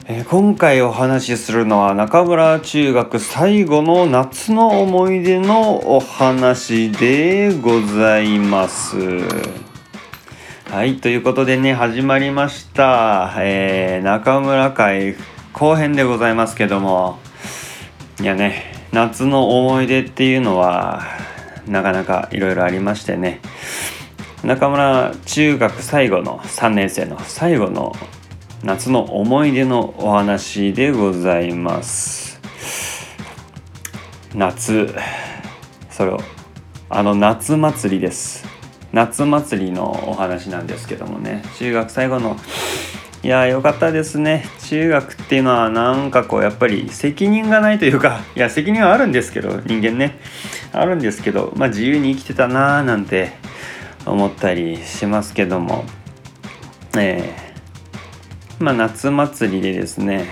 今回お話しするのは中村中学最後の夏の思い出のお話でございます。はい、ということでね、始まりました、中村会後編でございますけども、いやね、夏の思い出っていうのはなかなかいろいろありましてね、中村中学最後の3年生の最後の夏の思い出のお話でございます。夏、夏祭りです。夏祭りのお話なんですけどもね、中学最後の良かったですね。中学っていうのはなんかこうやっぱり責任がないというか、責任はあるんですけど、人間ねあるんですけど、自由に生きてたなーなんて思ったりしますけども、夏祭りでですね、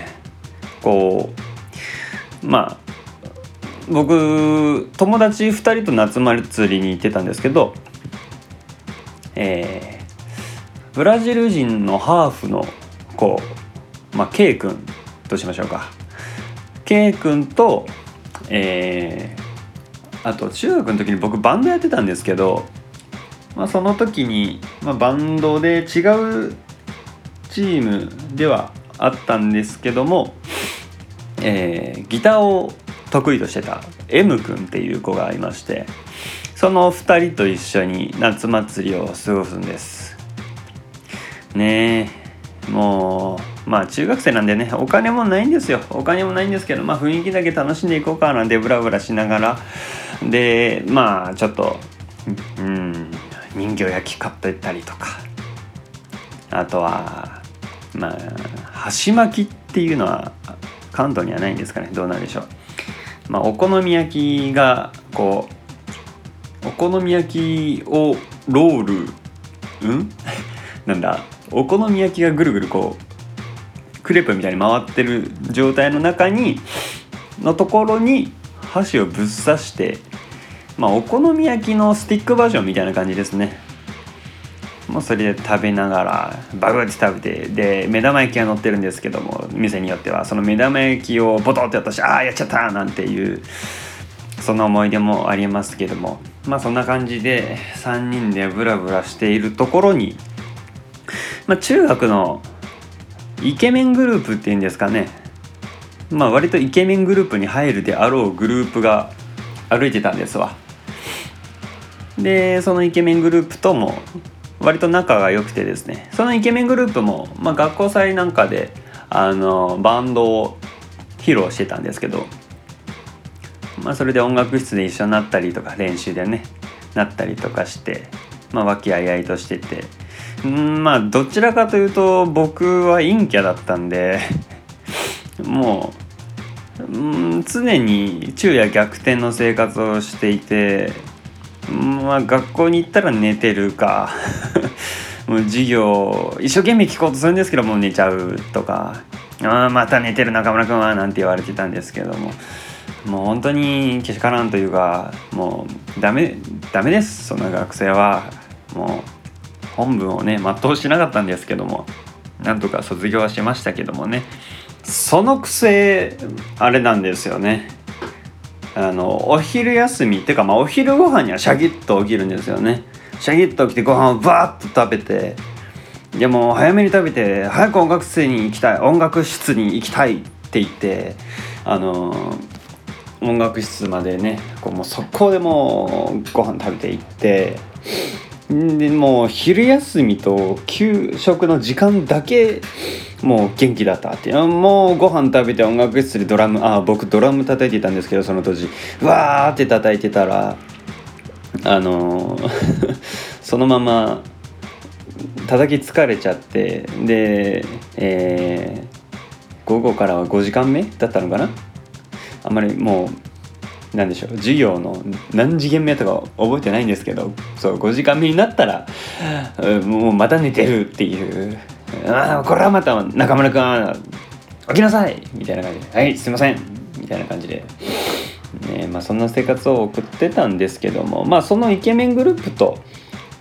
僕友達2人と夏祭りに行ってたんですけど、ブラジル人のハーフの子、K 君としましょうか。K 君と、あと中学の時に僕バンドやってたんですけど、その時に、バンドで違うチームではあったんですけども、ギターを得意としてた M 君っていう子がいまして、その2人と一緒に夏祭りを過ごすんですね。もう中学生なんでね、お金もないんですけど、雰囲気だけ楽しんでいこうかなんてブラブラしながらで、ちょっと人形焼き買ってったりとか、あとは箸巻きっていうのは関東にはないんですかね、どうなんでしょう。お好み焼きがお好み焼きをロールお好み焼きがぐるぐるクレープみたいに回ってる状態の中のところに箸をぶっ刺して、お好み焼きのスティックバージョンみたいな感じですね。もうそれで食べながらバグって食べて、で目玉焼きが乗ってるんですけども、店によってはその目玉焼きをボトッとやったし、やっちゃったなんていうそんな思い出もありますけども、そんな感じで3人でブラブラしているところに、中学のイケメングループっていうんですかね、割とイケメングループに入るであろうグループが歩いてたんですわ。でそのイケメングループとも割と仲が良くてですね、そのイケメングループも、学校祭なんかでバンドを披露してたんですけど、それで音楽室で一緒になったりとか、練習でねなったりとかして、和気あいあいとしてて、どちらかというと僕は陰キャだったんでもう常に昼夜逆転の生活をしていて、学校に行ったら寝てるかもう授業一生懸命聞こうとするんですけどもう寝ちゃうとか、また寝てる中村くんはなんて言われてたんですけども、もう本当にけしからんというか、もうダメです。そんな学生はもう本分をね全うしなかったんですけども、なんとか卒業はしましたけどもね、そのくせあれなんですよね。お昼休みっていうか、お昼ご飯にはシャキッと起きるんですよね。シャキッと起きてご飯をバーッと食べて、でも早めに食べて早く音楽室に行きたいって言って、音楽室までねもう速攻でもうご飯食べて行って、でもう昼休みと給食の時間だけもう元気だったっていう、もうご飯食べて音楽室で僕ドラム叩いてたんですけど、その当時わーって叩いてたらそのまま叩き疲れちゃって、で、午後からは5時間目だったのかな、あんまりもうなんでしょう、授業の何次元目とか覚えてないんですけど、そう5時間目になったらもうまた寝てるっていう、これはまた中村くん起きなさいみたいな感じで、はいすいませんみたいな感じで、そんな生活を送ってたんですけども、そのイケメングループと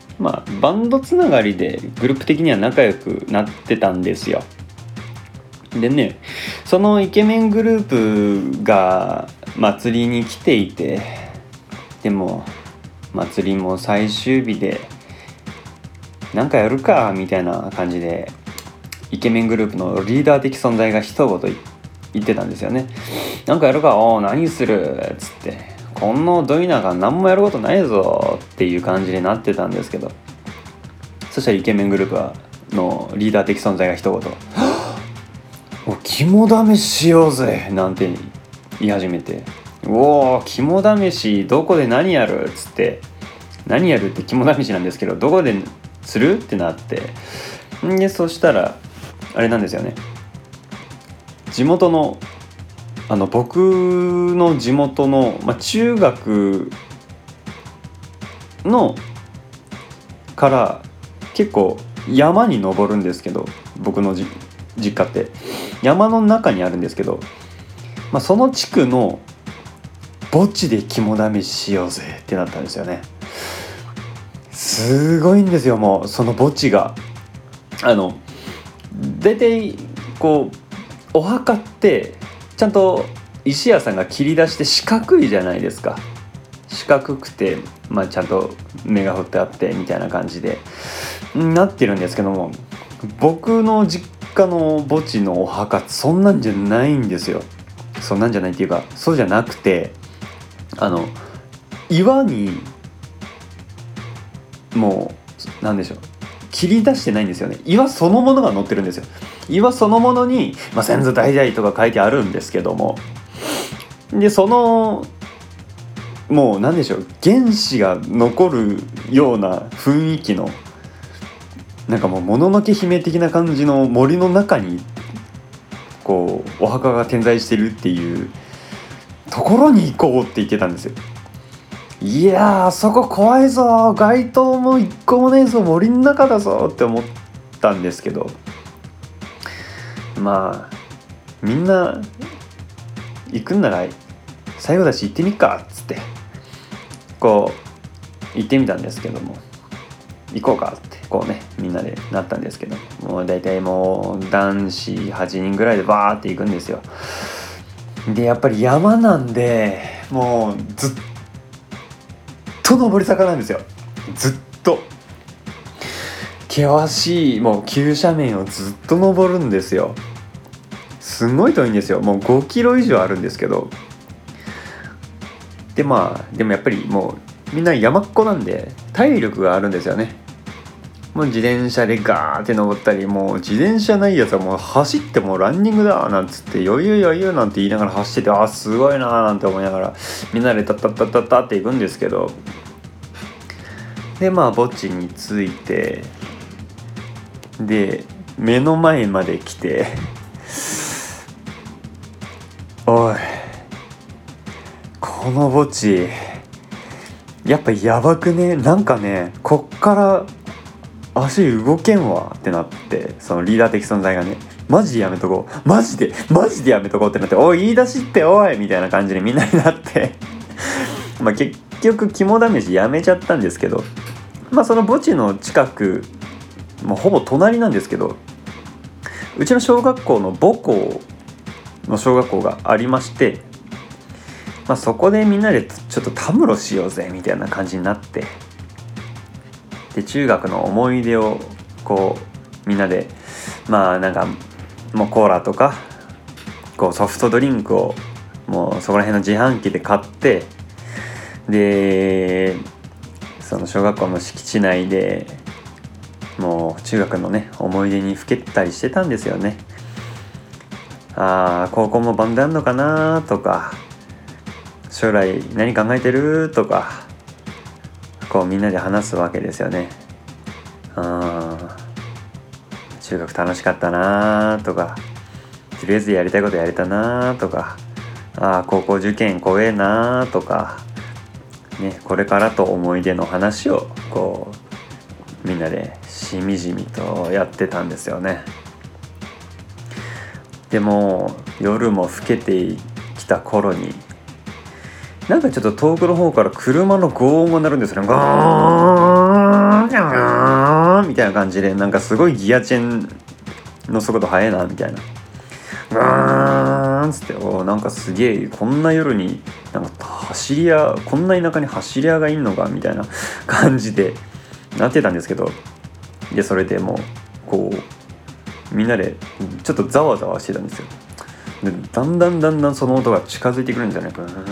バンドつながりでグループ的には仲良くなってたんですよ。 でね、そのイケメングループが祭りに来ていて、でも祭りも最終日でなんかやるかみたいな感じで、イケメングループのリーダー的存在が一言言ってたんですよね。なんかやるか、おー何するっつって、こんなどいなが何もやることないぞっていう感じになってたんですけど、そしたらイケメングループのリーダー的存在が一言お肝試ししようぜなんて言い始めて、おー肝試しどこで何やるっつって、何やるって肝試しなんですけど、どこでするってなって、でそしたらあれなんですよね、地元の僕の地元の、中学のから結構山に登るんですけど、僕の実家って山の中にあるんですけど、その地区の墓地で肝試ししようぜってなったんですよね。すごいんですよ。もうその墓地が大体こうお墓ってちゃんと石屋さんが切り出して四角いじゃないですか。四角くて、ちゃんと目が振ってあってみたいな感じでなってるんですけども、僕の実家の墓地のお墓そんなんじゃないんですよ。そんなんじゃないっていうか、そうじゃなくて、岩にもうなんでしょう、切り出してないんですよね。岩そのものが載ってるんですよ。岩そのものに、先祖代々とか書いてあるんですけども、でそのもうなんでしょう、原子が残るような雰囲気のなんかもうもののけ姫的な感じの森の中にこうお墓が点在してるっていうところに行こうって言ってたんですよ。いやー、そこ怖いぞ、街灯も一個もねえぞ、森の中だぞって思ったんですけど、みんな行くんなら最後だし行ってみっかっつってこう行ってみたんですけども、行こうかってこうねみんなでなったんですけど、もう大体もう男子8人ぐらいでバーって行くんですよ。でやっぱり山なんでもうずっと上り坂なんですよ。ずっと険しいもう急斜面をずっと登るんですよ。すごい遠いんですよ。もう5キロ以上あるんですけど、ででもやっぱりもうみんな山っ子なんで体力があるんですよね。もう自転車でガーって登ったり、もう自転車ないやつはもう走ってもうランニングだなんつって余裕余裕なんて言いながら走ってて、すごいなーなんて思いながらみんなでタッタッタッタッタって行くんですけど、で墓地に着いて、で目の前まで来ておいこの墓地やっぱやばくね、なんかねこっから足動けんわってなって、そのリーダー的存在がね、マジでやめとこう、マジでやめとこうってなって、おい言い出しっておいみたいな感じでみんなになって結局肝試しやめちゃったんですけど、その墓地の近くもうほぼ隣なんですけど、うちの小学校の母校の小学校がありまして、そこでみんなでちょっとたむろしようぜみたいな感じになって、で中学の思い出をこうみんなでなんかもうコーラとかこうソフトドリンクをもうそこら辺の自販機で買って、でその小学校の敷地内でもう中学のね思い出にふけったりしてたんですよね。高校もバンドやんのかなとか、将来何考えてるとかこうみんなで話すわけですよね。中学楽しかったなとか、とりあえずやりたいことやれたなとか、高校受験怖えなとかね、これからと思い出の話をこうみんなでしみじみとやってたんですよね。でも夜も更けてきた頃になんかちょっと遠くの方から車の轟音が鳴るんですよね。ゴーンギャーンみたいな感じで、なんかすごいギアチェンの速度速いなみたいな。 ーんっつって、なんかすげえこんな夜になんかこんな田舎に走り屋がいんのかみたいな感じでなってたんですけど、でそれでもうこうみんなでちょっとざわざわしてたんですよ。でだんだんその音が近づいてくるんですよね。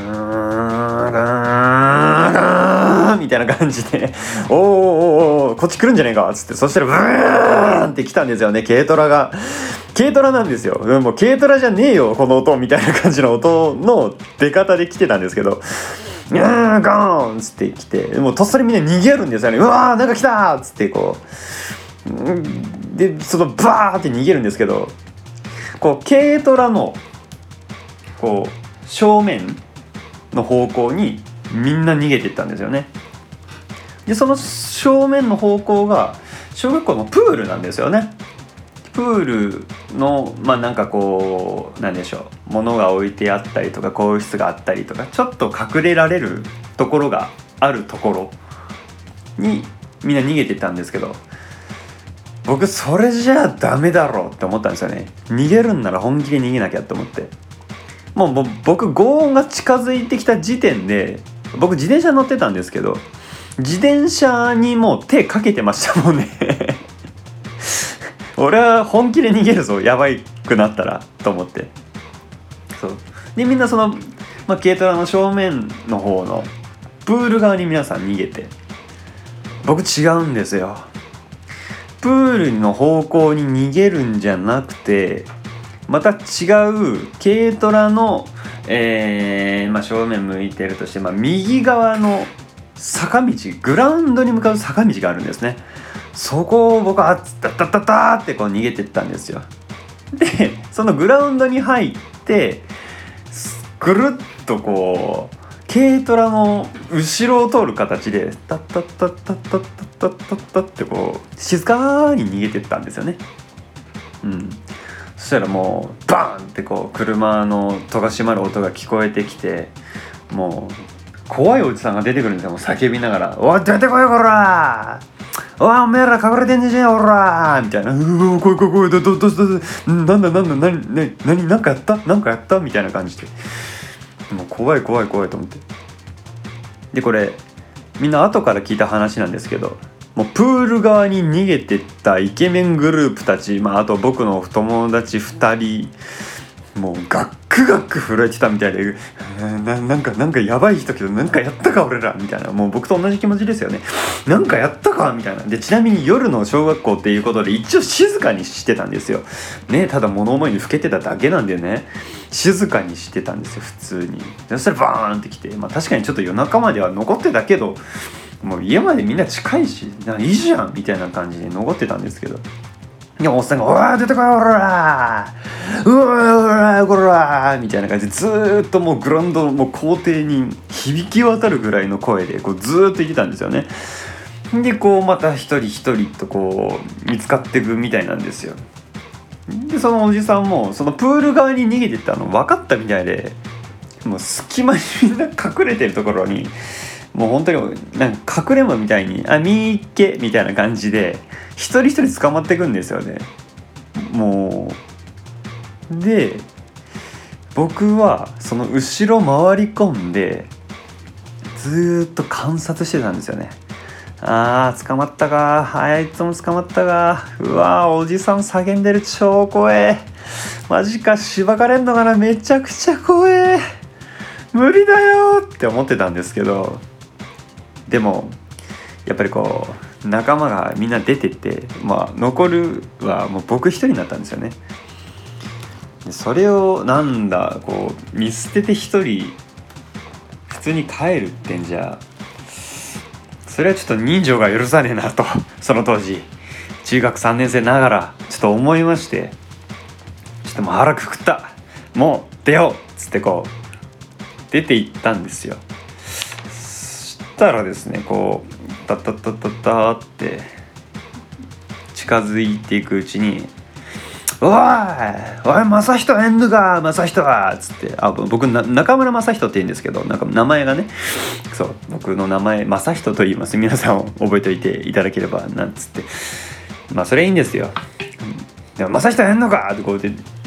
みたいな感じでおこっち来るんじゃねえかっつって、そしたらブーンって来たんですよね。軽トラなんですよ。もう軽トラじゃねえよこの音みたいな感じの音の出方で来てたんですけど、ゴーンっつって来て、もうとっさにみんな逃げるんですよね。うわーなんか来たーっつってこうでそのバーって逃げるんですけど、こう軽トラのこう正面の方向にみんな逃げていったんですよね。でその正面の方向が小学校のプールなんですよね。プールのなんかこうなんでしょう、物が置いてあったりとか更衣室があったりとか、ちょっと隠れられるところがあるところにみんな逃げていったんですけど、僕それじゃあダメだろうって思ったんですよね。逃げるんなら本気で逃げなきゃって思って、もう僕轟音が近づいてきた時点で、僕自転車乗ってたんですけど、自転車にもう手かけてましたもんね俺は本気で逃げるぞやばいくなったらと思って、そうでみんなその、軽トラの正面の方のプール側に皆さん逃げて、僕違うんですよ。プールの方向に逃げるんじゃなくて、また違う軽トラの、正面向いてるとして、右側の坂道、グラウンドに向かう坂道があるんですね。そこを僕はダッダッダッダーってこう逃げてったんですよ。でそのグラウンドに入ってぐるっとこう軽トラの後ろを通る形でタッタッタッタッタッタッタッタッタッってこう静かに逃げてったんですよね。そしたらもうバーンってこう車の戸が閉まる音が聞こえてきて、もう怖いおじさんが出てくるんですよ。もう叫びながら「おい出てこいこらー、おめえら隠れてんじゃんおらー」みたいな「うわ怖いどなんだ何なんかやったみたいな感じで、もう怖いと思って、でこれみんな後から聞いた話なんですけど、もうプール側に逃げてったイケメングループたち、あと僕の友達2人、もうガック震えてたみたいで、なんかやばい人けどなんかやったか俺らみたいな、もう僕と同じ気持ちですよね。なんかやったかみたいな。でちなみに夜の小学校っていうことで一応静かにしてたんですよね。ただ物思いにふけてただけなんでね、静かにしてたんですよ普通に。そしたらバーンってきて、確かにちょっと夜中までは残ってたけど、もう家までみんな近いしいいじゃんみたいな感じで残ってたんですけど、でもおっさんが「おら出てこいおらうわこら」みたいな感じでずーっともうグラウンドもう校庭に響き渡るぐらいの声でこうずーっと言ってたんですよね。でこうまた一人とこう見つかっていくみたいなんですよ。でそのおじさんもそのプール側に逃げてったの分かったみたいで、もう隙間にみんな隠れてるところにもう本当になんか隠れんぼみたいに見っけみたいな感じで一人捕まってくんですよね。もうで僕はその後ろ回り込んでずっと観察してたんですよね。捕まったか、あいつも捕まったか、うわおじさん叫んでる超怖え、マジかしばかれんのかな、めちゃくちゃ怖え、無理だよって思ってたんですけど、でもやっぱりこう仲間がみんな出てって、残るはもう僕一人になったんですよね。それをこう見捨てて一人普通に帰るってんじゃ、それはちょっと人情が許さねえなとその当時中学3年生ながらちょっと思いまして、ちょっともう腹くくった、もう出ようっつってこう出て行ったんですよ。そしたらですね、こうタッタッタッタッタって近づいていくうちにおい正人えんのか正人はっつって、僕中村正人って言うんですけど、なんか名前がね、そう僕の名前正人と言います。皆さん覚えておいていただければなんつって、それいいんですよ。でも正人えんのかってこうで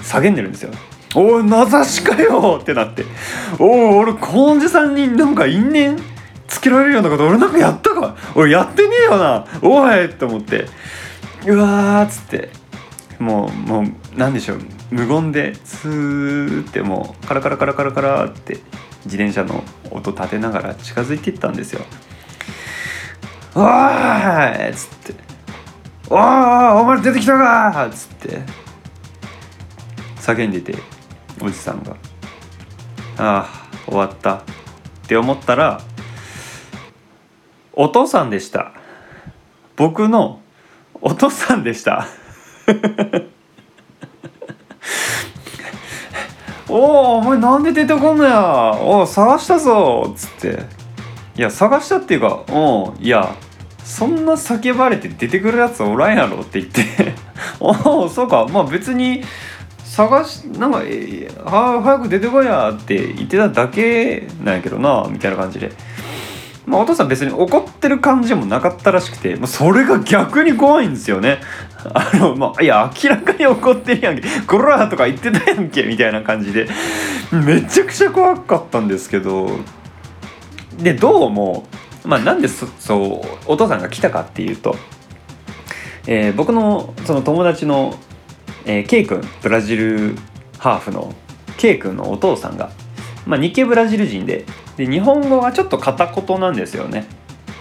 叫んでるんですよ。おい名指しかよってなって、おい俺このおじさんになんか因縁つけられるようなこと俺なんかやったか、俺やってねえよなおいって思って、うわーっつってもうなんでしょう、無言でスーってもうカラカラカラカラカラって自転車の音立てながら近づいていったんですよ。おーいっつって、お前出てきたかっつって叫んでて、おじさんが終わったって思ったらお父さんでした。僕のお父さんでしたお前なんで出てこんのや、探したぞっつって、いや探したっていうかいやそんな叫ばれて出てくるやつおらんやろって言ってそうか別になんか早く出てこいやって言ってただけなんやけどなみたいな感じで、お父さん別に怒ってる感じもなかったらしくて、それが逆に怖いんですよね。いや明らかに怒ってるやんけこらとか言ってたやんけみたいな感じでめちゃくちゃ怖かったんですけど、でどうもなんでそうお父さんが来たかっていうと、僕のその友達のK 君、ブラジルハーフの K 君のお父さんが、日系ブラジル人で日本語がちょっと片言なんですよね。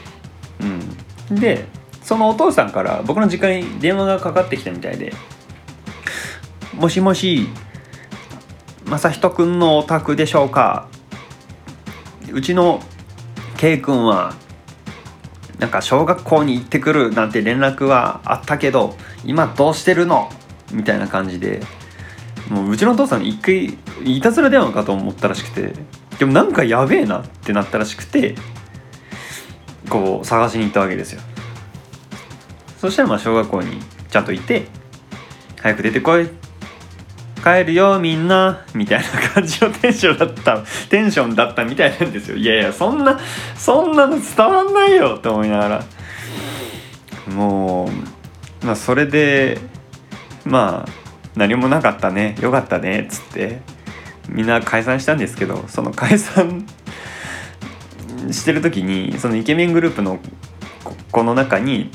でそのお父さんから僕の実家に電話がかかってきたみたいで、もしもし正人くんのお宅でしょうか、うちの K 君はなんか小学校に行ってくるなんて連絡はあったけど今どうしてるのみたいな感じで、もううちのお父さん一回いたずら電話かと思ったらしくて、でもなんかやべえなってなったらしくてこう探しに行ったわけですよ。そしたら小学校にちゃんといて、早く出てこい帰るよみんなみたいな感じのテンションだったみたいなんですよ。いやそんなの伝わんないよって思いながら、もうそれで何もなかったねよかったねっつってみんな解散したんですけど、その解散してる時にそのイケメングループの子の中に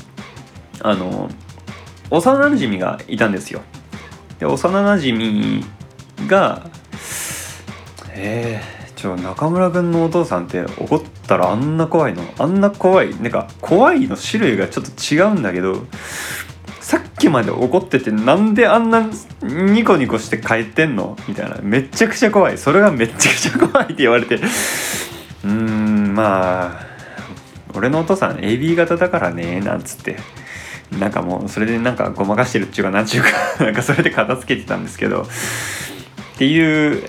幼馴染がいたんですよ。で幼馴染が中村君のお父さんって怒ったらあんな怖いのなんか怖いの種類がちょっと違うんだけど、さっきまで怒っててなんであんなニコニコして帰ってんのみたいな、めちゃくちゃ怖い、それがめちゃくちゃ怖いって言われて、俺のお父さん AB 型だからねなんつって、なんかもうそれでなんかごまかしてるっていうかなんちゅうかなんかそれで片付けてたんですけどっていう、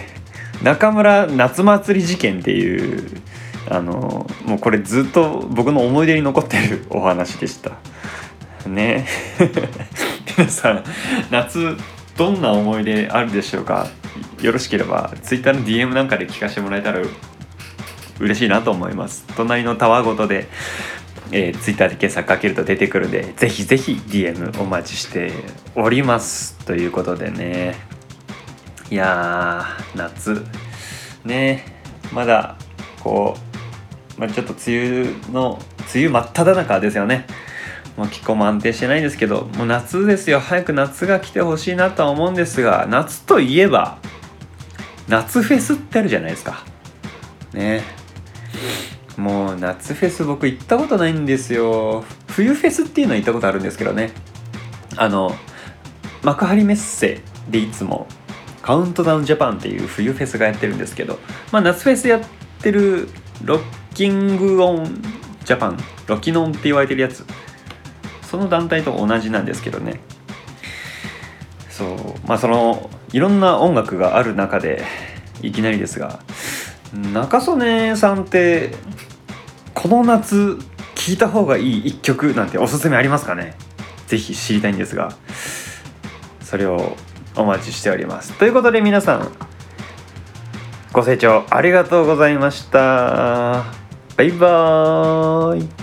中村夏祭り事件っていうもうこれずっと僕の思い出に残ってるお話でしたね皆さん夏どんな思い出あるでしょうか。よろしければ Twitter の DM なんかで聞かせてもらえたら嬉しいなと思います。隣のたわごとでTwitter で検索かけると出てくるんで、ぜひぜひ DM お待ちしておりますということでね。いやー夏ね、まだこう、ちょっと梅雨真っ只中ですよね。気候も安定してないですけど、もう夏ですよ。早く夏が来てほしいなとは思うんですが、夏といえば夏フェスってあるじゃないですかね。もう夏フェス僕行ったことないんですよ。冬フェスっていうのは行ったことあるんですけどね、幕張メッセでいつもカウントダウンジャパンっていう冬フェスがやってるんですけど、夏フェスやってるロッキングオンジャパン、ロキノンって言われてるやつ、その団体と同じなんですけどね。そうそのいろんな音楽がある中でいきなりですが、中曽根さんってこの夏聴いた方がいい一曲なんておすすめありますかね。ぜひ知りたいんですが、それをお待ちしております。ということで皆さんご清聴ありがとうございました。バイバーイ。